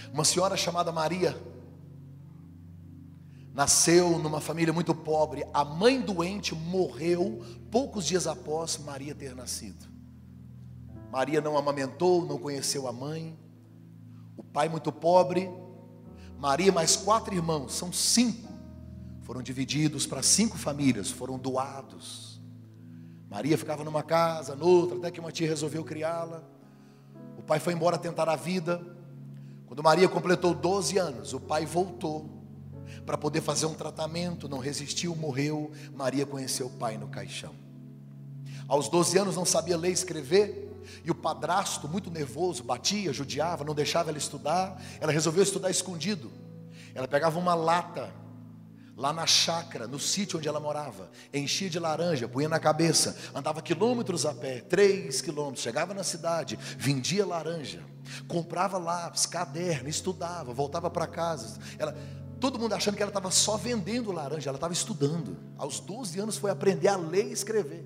Uma senhora chamada Maria nasceu numa família muito pobre. A mãe doente morreu poucos dias após Maria ter nascido. Maria não amamentou, não conheceu a mãe. O pai muito pobre. Maria mais 4 irmãos, são 5. Foram divididos para 5 famílias, foram doados. Maria ficava numa casa, noutra, até que uma tia resolveu criá-la. O pai foi embora tentar a vida. Quando Maria completou 12 anos, o pai voltou para poder fazer um tratamento, não resistiu, morreu. Maria conheceu o pai no caixão. Aos 12 anos não sabia ler e escrever, e o padrasto, muito nervoso, batia, judiava, não deixava ela estudar. Ela resolveu estudar escondido. Ela pegava uma lata lá na chácara, no sítio onde ela morava, enchia de laranja, punha na cabeça, andava quilômetros a pé, 3 quilômetros, chegava na cidade, vendia laranja, comprava lápis, caderno, estudava, voltava para casa. Todo mundo achando que ela estava só vendendo laranja, ela estava estudando. Aos 12 anos foi aprender a ler e escrever.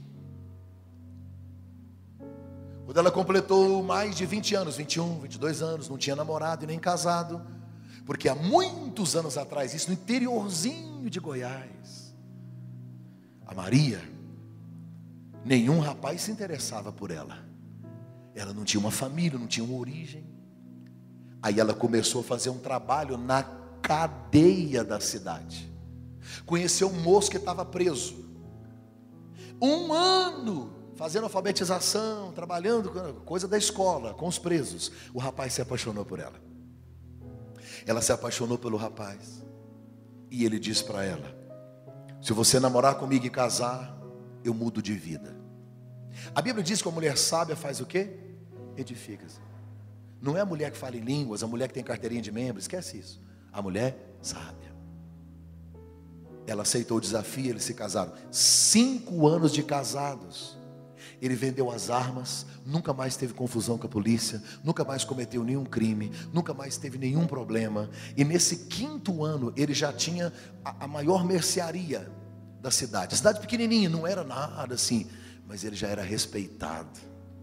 Quando ela completou mais de 20 anos, 21, 22 anos, não tinha namorado e nem casado, porque há muitos anos atrás, isso no interiorzinho de Goiás, a Maria, nenhum rapaz se interessava por ela. Ela não tinha uma família, não tinha uma origem. Aí ela começou a fazer um trabalho na cadeia da cidade. Conheceu um moço que estava preso. 1 ano fazendo alfabetização, trabalhando com coisa da escola, com os presos. O rapaz se apaixonou por ela. Ela se apaixonou pelo rapaz. E ele disse para ela: se você namorar comigo e casar, eu mudo de vida. A Bíblia diz que a mulher sábia faz o quê? Edifica-se. Não é a mulher que fala em línguas, a mulher que tem carteirinha de membro, esquece isso. A mulher sábia. Ela aceitou o desafio, eles se casaram. 5 anos de casados. Ele vendeu as armas, nunca mais teve confusão com a polícia, nunca mais cometeu nenhum crime, nunca mais teve nenhum problema. E nesse 5º ano, ele já tinha a maior mercearia da cidade. A cidade pequenininha, não era nada assim, mas ele já era respeitado.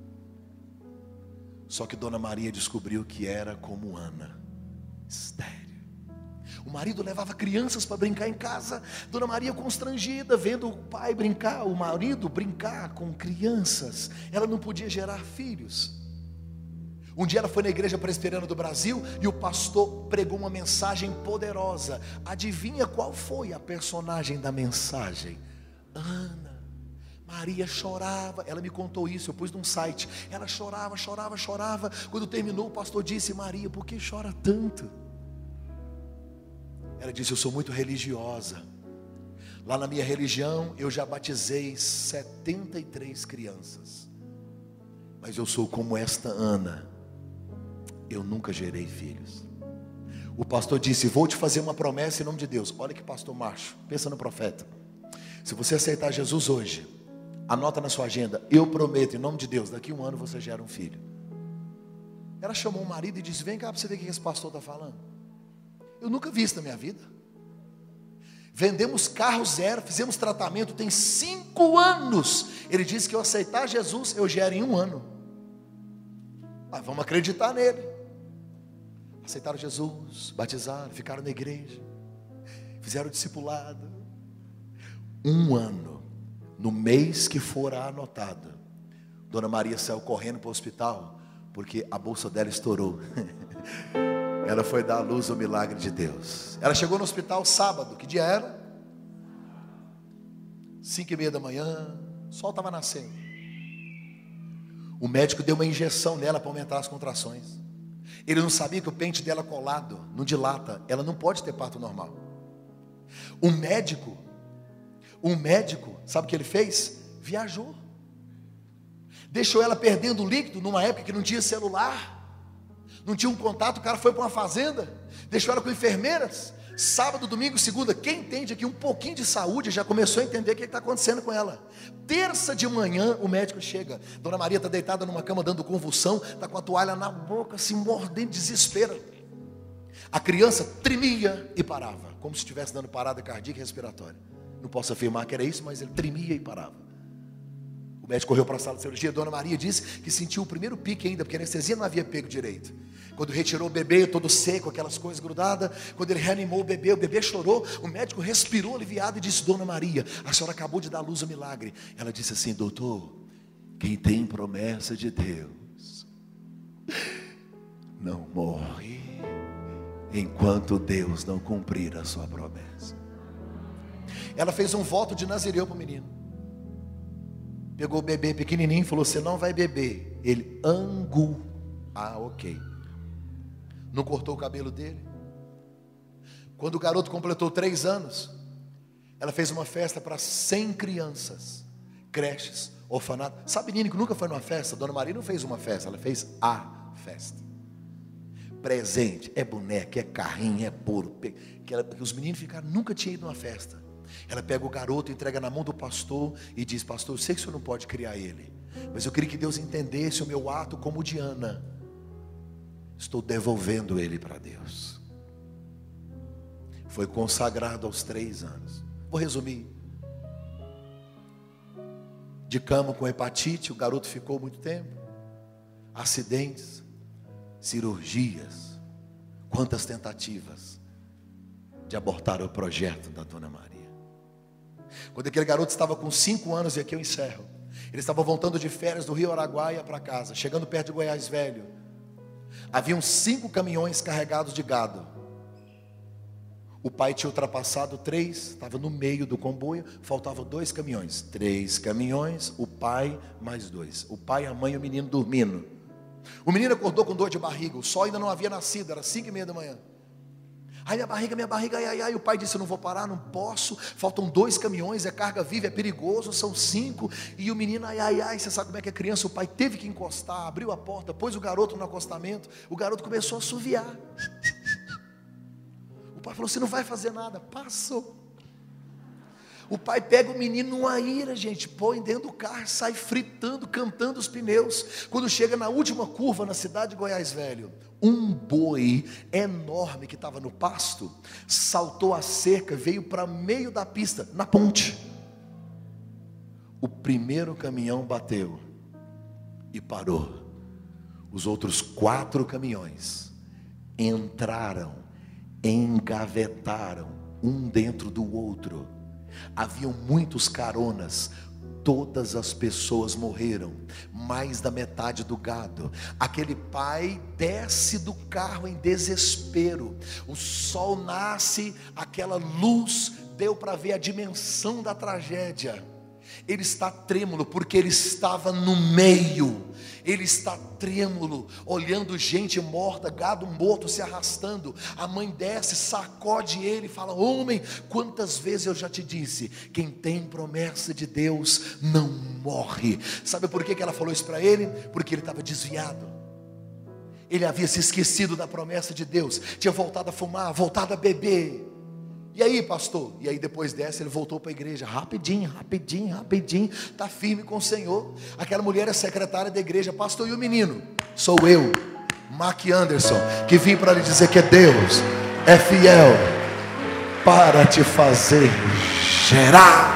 Só que Dona Maria descobriu que era como Ana, estéril. O marido levava crianças para brincar em casa. Dona Maria constrangida, vendo o pai brincar, o marido brincar com crianças. Ela não podia gerar filhos. Um dia ela foi na igreja presbiteriana do Brasil e o pastor pregou uma mensagem poderosa. Adivinha qual foi a personagem da mensagem? Ana. Maria chorava, ela me contou isso, eu pus num site. Ela chorava. Quando terminou, o pastor disse: Maria, por que chora tanto? Ela disse: eu sou muito religiosa. Lá na minha religião eu já batizei 73 crianças. Mas eu sou como esta Ana, eu nunca gerei filhos. O pastor disse: vou te fazer uma promessa em nome de Deus. Olha que pastor macho, pensa no profeta. Se você aceitar Jesus hoje, anota na sua agenda: eu prometo em nome de Deus, daqui a 1 ano você gera um filho. Ela chamou o marido e disse: vem cá para você ver o que esse pastor está falando. Eu nunca vi isso na minha vida. Vendemos carro zero, fizemos tratamento, tem 5 anos. Ele disse que eu aceitar Jesus, eu gero em 1 ano. Mas vamos acreditar nele. Aceitaram Jesus, batizaram, ficaram na igreja, fizeram o discipulado. 1 ano, no mês que fora anotado, Dona Maria saiu correndo para o hospital, porque a bolsa dela estourou. Ela foi dar à luz ao milagre de Deus. Ela chegou no hospital sábado. Que dia era? 5:30 da manhã. O sol estava nascendo. O médico deu uma injeção nela para aumentar as contrações. Ele não sabia que o pente dela colado não dilata. Ela não pode ter parto normal. Um médico, sabe o que ele fez? Viajou. Deixou ela perdendo líquido numa época que não tinha celular. Não tinha um contato, o cara foi para uma fazenda, deixou ela com enfermeiras. Sábado, domingo, segunda, quem entende aqui um pouquinho de saúde já começou a entender o que está acontecendo com ela. Terça de manhã o médico chega. Dona Maria está deitada numa cama dando convulsão, está com a toalha na boca, se mordendo, desespero. A criança tremia e parava, como se estivesse dando parada cardíaca e respiratória. Não posso afirmar que era isso, mas ele tremia e parava. O médico correu para a sala de cirurgia. Dona Maria disse que sentiu o primeiro pique ainda, porque a anestesia não havia pego direito. Quando retirou o bebê, todo seco, aquelas coisas grudadas. Quando ele reanimou o bebê chorou. O médico respirou aliviado e disse: Dona Maria, a senhora acabou de dar à luz ao milagre. Ela disse assim: doutor, quem tem promessa de Deus não morre enquanto Deus não cumprir a sua promessa. Ela fez um voto de Nazireu para o menino. Pegou o bebê pequenininho e falou: você não vai beber. Ele, angu. Ah, ok. Não cortou o cabelo dele. Quando o garoto completou 3 anos, ela fez uma festa para 100 crianças, creches, orfanato. Sabe, menino que nunca foi numa festa? Dona Maria não fez uma festa, ela fez a festa. Presente, é boneca, é carrinho, é bolo. Que os meninos ficaram, nunca tinham ido numa festa. Ela pega o garoto, entrega na mão do pastor e diz: pastor, eu sei que o senhor não pode criar ele, mas eu queria que Deus entendesse o meu ato como de Ana. Estou devolvendo ele para Deus. Foi consagrado aos 3 anos. Vou resumir. De cama com hepatite, o garoto ficou muito tempo. Acidentes, cirurgias. Quantas tentativas de abortar o projeto da Dona Maria. Quando aquele garoto estava com 5 anos, e aqui eu encerro, ele estava voltando de férias do Rio Araguaia para casa, chegando perto de Goiás Velho. Haviam 5 caminhões carregados de gado. O pai tinha ultrapassado 3, estava no meio do comboio, faltavam 2 caminhões. 3 caminhões, o pai mais 2. O pai, a mãe e o menino dormindo. O menino acordou com dor de barriga, o sol ainda não havia nascido, era 5:30 da manhã. Ai, minha barriga, ai. O pai disse: eu não vou parar, não posso. Faltam 2 caminhões, é carga viva, é perigoso, são 5. E o menino, ai, você sabe como é que é criança. O pai teve que encostar, abriu a porta, pôs o garoto no acostamento. O garoto começou a assoviar. O pai falou: você não vai fazer nada. Passou. O pai pega o menino numa ira, gente, põe dentro do carro, sai fritando, cantando os pneus. Quando chega na última curva, na cidade de Goiás Velho, um boi enorme que estava no pasto, saltou a cerca, veio para meio da pista, na ponte. O primeiro caminhão bateu e parou. Os outros 4 caminhões entraram, engavetaram, um dentro do outro. Haviam muitos caronas. Todas as pessoas morreram, mais da metade do gado. Aquele pai desce do carro em desespero. O sol nasce, aquela luz deu para ver a dimensão da tragédia. Ele está trêmulo porque ele estava no meio. Ele está trêmulo, olhando gente morta, gado morto se arrastando. A mãe desce, sacode ele e fala: homem, quantas vezes eu já te disse, quem tem promessa de Deus não morre. Sabe por que ela falou isso para ele? Porque ele estava desviado. Ele havia se esquecido da promessa de Deus, tinha voltado a fumar, voltado a beber. E aí, pastor? E aí depois dessa ele voltou para a igreja, rapidinho, está firme com o Senhor. Aquela mulher é secretária da igreja. Pastor, e o menino? Sou eu, Mark Anderson, que vim para lhe dizer que Deus é fiel para te fazer gerar.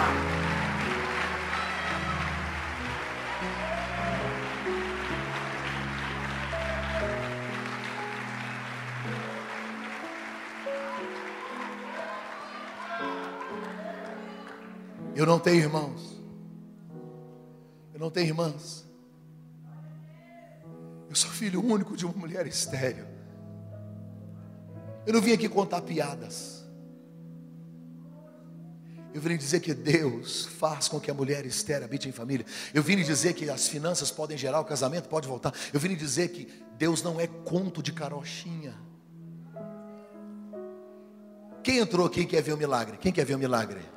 Eu não tenho irmãos, eu não tenho irmãs. Eu sou filho único de uma mulher estéril. Eu não vim aqui contar piadas. Eu vim dizer que Deus faz com que a mulher estéril habite em família. Eu vim dizer que as finanças podem gerar, o casamento pode voltar. Eu vim dizer que Deus não é conto de carochinha. Quem entrou aqui e quer ver o milagre? Quem quer ver o milagre?